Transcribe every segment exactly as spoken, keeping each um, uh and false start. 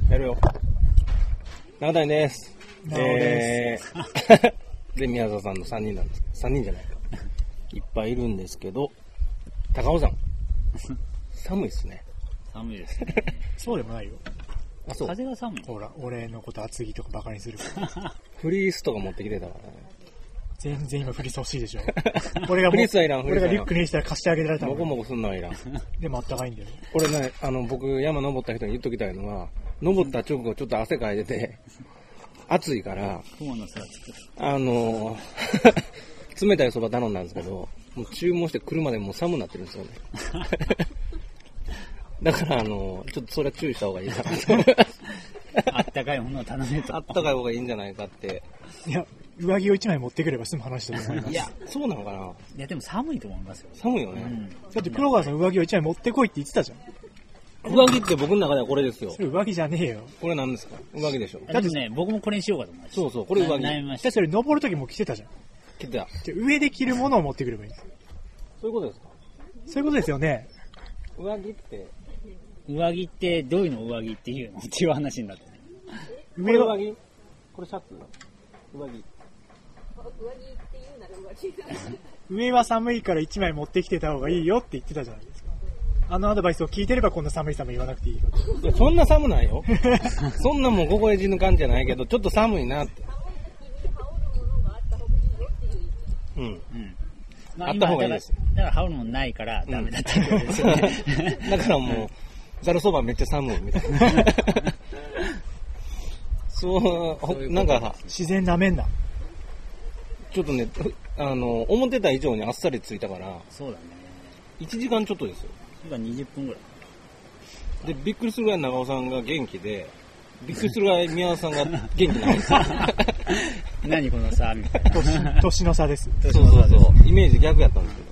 やるよ。長谷です。 長尾です。えー、で、宮沢さんのさんにんなんです。さんにんじゃないか。いっぱいいるんですけど、高尾山。寒いっすね。 寒いですね。 そうでもないよ。 あ、そう。 風が寒い。 ほら、俺のこと厚着とかバカにするから。 フリースとか持ってきてたからね。 全然今フリース欲しいでしょ。俺がフリースはいらん、フリースはいらん。 俺がリュックにしたら貸してあげられたの。 もこもこすんのはいらん。 でもあったかいんだよ。 これね、あの、僕山登った人に言っときたいのは、登った直後ちょっと汗かいてて、暑いから、 雲の差つく。 あの、冷たいそば頼んだんですけど、もう注文して来るまでもう寒くなってるんですよね。だからあの、ちょっとそれは注意した方がいいなと。 あったかいものを頼めと。 あったかい方がいいんじゃないかって。 いや、上着をいちまい持ってくれば済む話だと思います。 いや、そうなのかな。 いや、でも寒いと思いますよ。 寒いよね。 うん、 だって黒川さん上着をいちまい持ってこいって言ってたじゃん。 上着って僕の中ではこれですよ。 それ上着じゃねえよ。 これ何ですか？上着でしょ。 だってね、僕もこれにしようかと思いました。 そうそう、これ上着。 悩みました。 だってそれ登るときも着てたじゃん。 着てた。 じゃ上で着るものを持ってくればいい。 そういうことですか？ そういうことですよね。 上着って。 上着ってどういうの上着っていうのっていう話になってね。 上は上着？これシャツ？上着。上着っていうなら上着だ。上は寒いからいちまい持ってきてた方がいいよって言ってたじゃないですか。あのアドバイスを聞いてればこんな寒い寒い言わなくていいよ。 いや、そんな寒ないよ。そんなもう凍え死ぬ感じじゃないけど、ちょっと寒いなって。うん。うん。まあ、あった方がいいです。 だから羽織るもんないからダメだったんですよね。 だからもう、ざるそばめっちゃ寒いみたいな。そう、なんか、 自然なめんな。 ちょっとね、あの、思ってた以上にあっさりついたから、 そうだね。 いちじかんちょっとですよ。 今にじゅっぷんぐらい。 で、びっくりするぐらい長尾さんが元気で、びっくりするぐらい宮尾さんが元気なんですよ。 何この差みたいな。 年, 年の差です。 そうそうそう。イメージ逆やったんですけ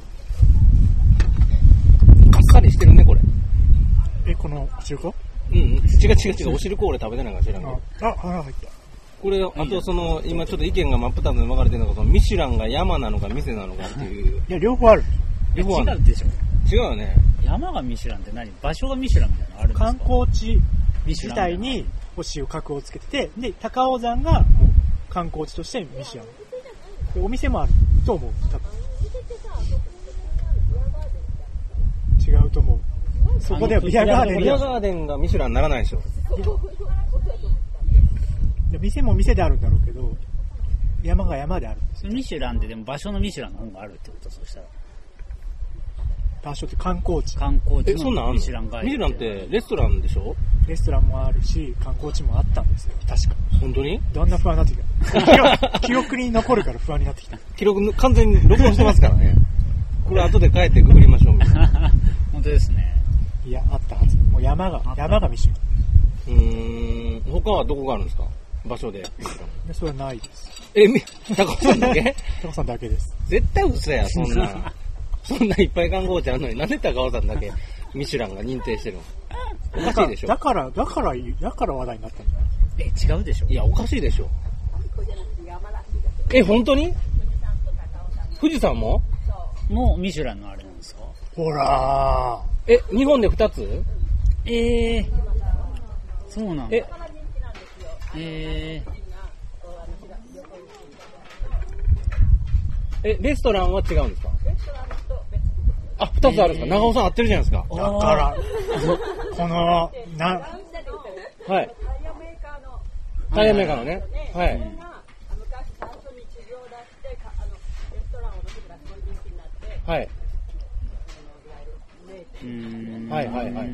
ど。あっさりしてるね、これ。 え、このお汁粉？ うん、違う違う違う。お汁粉俺食べてないから知らんけど。 あ、腹入った。 これ、あとその、今ちょっと意見が真っ二つに分かれてるのが、そのミシュランが山なのか店なのかっていう。 いや、両方ある。 両方ある。 違うでしょ。 違うよね。 山がミシュランって何？場所がミシュランみたいなのあるんですか？ 観光地自体に星を格をつけてて、で、高尾山がもう観光地としてミシュラン。で、お店もあると思う、多分。違うと思う。そこではビアガーデンビアガーデンがミシュランにならないでしょ。 店も店であるんだろうけど、山が山であるんですよ。 ミシュランってでも場所のミシュランの方があるってこと？そうしたら場所って観光地、 観光地え、そんなんあんの？ のミシュランガイド。 ミシュランってレストランでしょ？ レストランもあるし、観光地もあったんですよ、確か。 本当に？ だんだん不安になってきた。記憶に残るから不安になってきた。 記録完全に録音してますからね。これ後で帰ってググりましょうみたいな。 本当ですね。 いや、あったはず。もう山が、山がミシュラン。うーん、他はどこがあるんですか？場所で。 いや、それはないです。 え、み、高尾さんだけ？ 高尾さんだけです。 絶対嘘や、そんな。そんないっぱい観光地あるのに、なんで高尾さんだけミシュランが認定してるの？おかしいでしょ。 だから、だから、だから話題になったんじゃない？ え、違うでしょ。 いや、おかしいでしょ。え、本当に？富士山も？ もうミシュランのあれなんですか？ ほらー。え、日本でふたつ？ えー。そうなんだ。 え、 えー。 え、レストランは違うんですか？あ、二つあるんですか？長尾さん合ってるじゃないですか。 だから、この、な、 はい。タイヤメーカーのね。はい。はい。 うーん。 はいはいはい。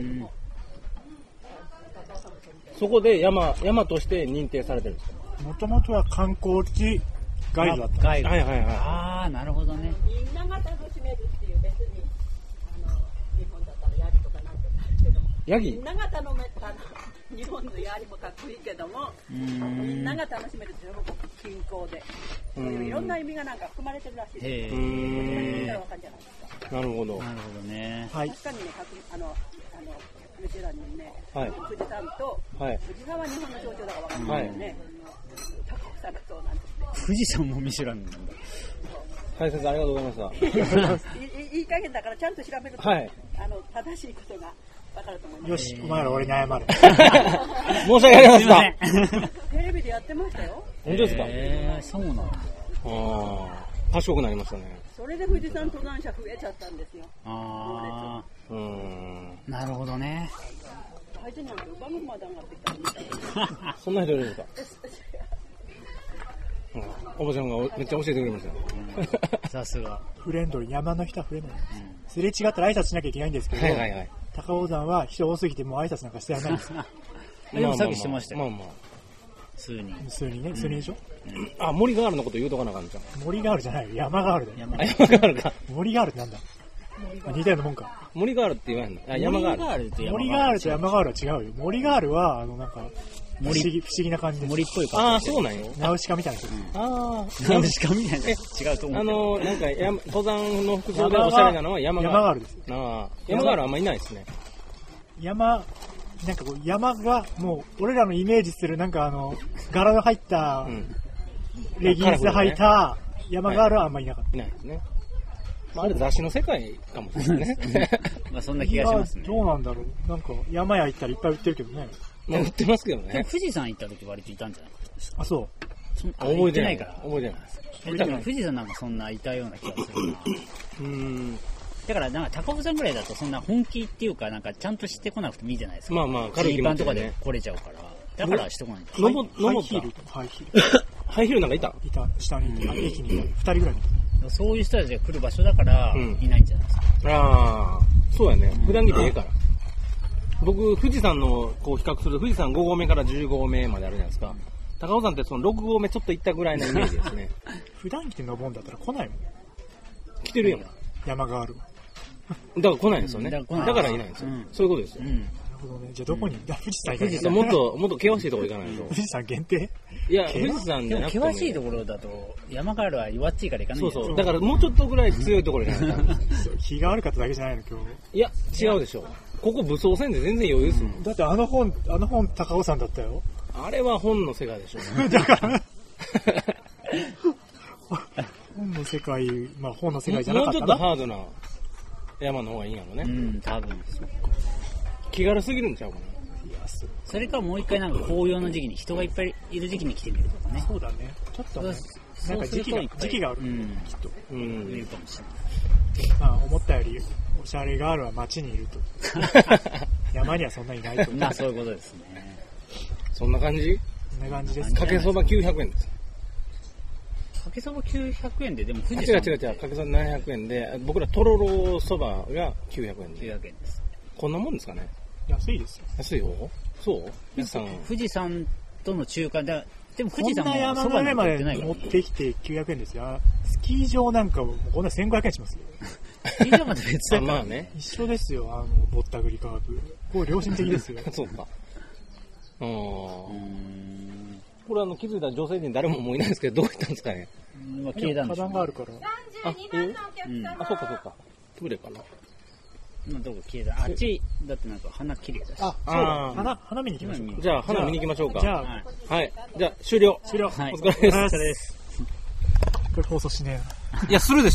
そこで山、山として認定されてるんですか？ もともとは観光地ガイドだった。 ガイド。 はいはいはい。 ああ、なるほどね。 みんなが楽しめるっていう別に、あの、日本だったらヤギとかなんとかあるけども。 ヤギ？ みんなが楽めた日本のヤギもかっこいいけども、みんなが楽しめるっていうのが近郊で。そういういろんな意味がなんか含まれてるらしいです。 へー。 見たらわかるんじゃないですか。 なるほど。 なるほどね。 はい。 確かにね、あの、あの、ミシュランにね、 はい、 富士山と、はい、富士山は日本の象徴だからわかんないよね。高尾山がそうなんですね。 富士山もミシュランなんだ。 はい、先生ありがとうございました。 い, いい加減だからちゃんと調べると、 はい、 あの正しいことがわかると思います。 よし、お前ら俺に謝れ。 申し訳ありません。 テレビでやってましたよ。 本当ですか？ えー、そうなんだ。 ああ、賢くなりましたね。 それで富士山登山者増えちゃったんですよ。 あうーん。 ー、なるほどね。 相手なんて馬のまで上がってきたみたいな。 そんな人いるんですか？うん、おばちゃんがめっちゃ教えてくれましたよ。 さすが。 フレンドリー、山の人はフレンドリーです。すれ違ったら挨拶しなきゃいけないんですけど、 はいはいはい。 高尾山は人多すぎてもう挨拶なんかしてやらないんですよ。 でもさっきしてましたよ。 まあまあ。 数人。 数人ね、数人でしょ、 うん、あ、森ガールのこと言うとかなあかんじゃん。 森ガールじゃないよ、山ガールだよ。 山ガールか。 森ガールってなんだ？似たようなもんか。 森ガールって言わへんの？あ、山ガール。 森ガールと山ガールは違うよ。森ガールは、あの、なんか、不思議、不思議な感じです。 森っぽい感じ。 ああ、そうなんよ。 ナウシカみたいな人。 ああ。 ナウシカみたいな。違うと思う。 あの、なんか、登山の服装でおしゃれなのは山ガール。 山ガールです。 ああ。山ガールあんまいないですね。 山、なんかこう、山が、もう、俺らのイメージする、なんかあの、柄の入った、レギンス履いた、山ガールはあんまりいなかった。 いないですね。まあ、あれ雑誌の世界かもしれないね。 まあそんな気がしますね。 どうなんだろう。なんか山屋行ったらいっぱい売ってるけどね。 まあ売ってますけどね。 でも富士山行った時割といたんじゃないですか。 あ、そう。 覚えてないから。覚えてない。 だから富士山なんかそんないたような気がするな。 うん。 だからなんか高尾山ぐらいだとそんな本気っていうかなんかちゃんとしてこなくてもいいじゃないですか。 まあまあ軽い気持ちでね。 ジーパンとかで来れちゃうから。だからしてこないんだ。 のぼ、のぼった。 ハイヒールとハイヒール。 ハイヒールなんかいた？ いた、下にいた、駅にいた。二人ぐらいにいた。 そういう人たちが来る場所だからいないんじゃないですか。 ああ、そうやね。普段着でええから。僕、富士山のこう比較すると富士山ご合目からじゅう合目まであるじゃないですか。高尾山ってそのろく合目ちょっと行ったぐらいのイメージですね。 普段着で登るんだったら来ないもん。 来てるやん。 山がある。 だから来ないんですよね。だからいないんですよ。そういうことですよ。 なるほどね。じゃあどこに、富士山行かないと。もっと、もっと険しいところ行かないと。 富士山限定？ いや、富士山じゃなくて。 険しいところだと、山ガールは弱っちいから行かないんそうそう。だからもうちょっとぐらい強いところじゃないか。 日が悪かっただけじゃないの、今日。 いや、違うでしょ。ここ武装戦で全然余裕ですもん。 だってあの本、あの本高尾山だったよ。 あれは本の世界でしょ。 だから、本の世界、まあ本の世界じゃなかったな。 もうちょっとハードな山の方がいいんやろね。 うん、多分。 気軽すぎるんちゃうかな。 それかもう一回なんか紅葉の時期に人がいっぱいいる時期に来てみるとかね。 そうだね。ちょっとね、なんか時期が、時期がある、 うん、 きっと。 うん。いるかもしれない。 まあ思ったよりおしゃれガールは街にいると。山にはそんなにいないと。 まあそういうことですね。 そんな感じ？ そんな感じです。 かけそばきゅうひゃくえんです。 かけそばきゅうひゃくえんで、でも富士山。 違う違う違う、かけそばななひゃくえんで、僕らとろろそばがきゅうひゃくえんで。 きゅうひゃくえんです。 こんなもんですかね。 安いですよ。 安いよ。そう富士山。 富士山との中間で、でも富士山もこんな山の上まで持ってきてきゅうひゃくえんですよ。スキー場なんかもこんなせんごひゃくえんしますよ。 スキー場まで別だ。まあね。 一緒ですよ、あの、ぼったくりカーブ。これ良心的ですよ。 そうか。うん。これあの気づいた女性陣誰ももういないですけど、どういったんですかね。 まあ消えたんでしょう。 花壇があるから。 あ、えー、うん。あ、そうかそうか。トイレかな。 今どこ消えた。あっち、だってなんか花綺麗だし。 あ、そうだ。花、花見に行きましょう。 じゃあ花見に行きましょうか。 じゃあ、 はい。じゃあ終了。 終了。 はい。 お疲れ様です。 です。 これ放送しねえな。 いや、するでしょ。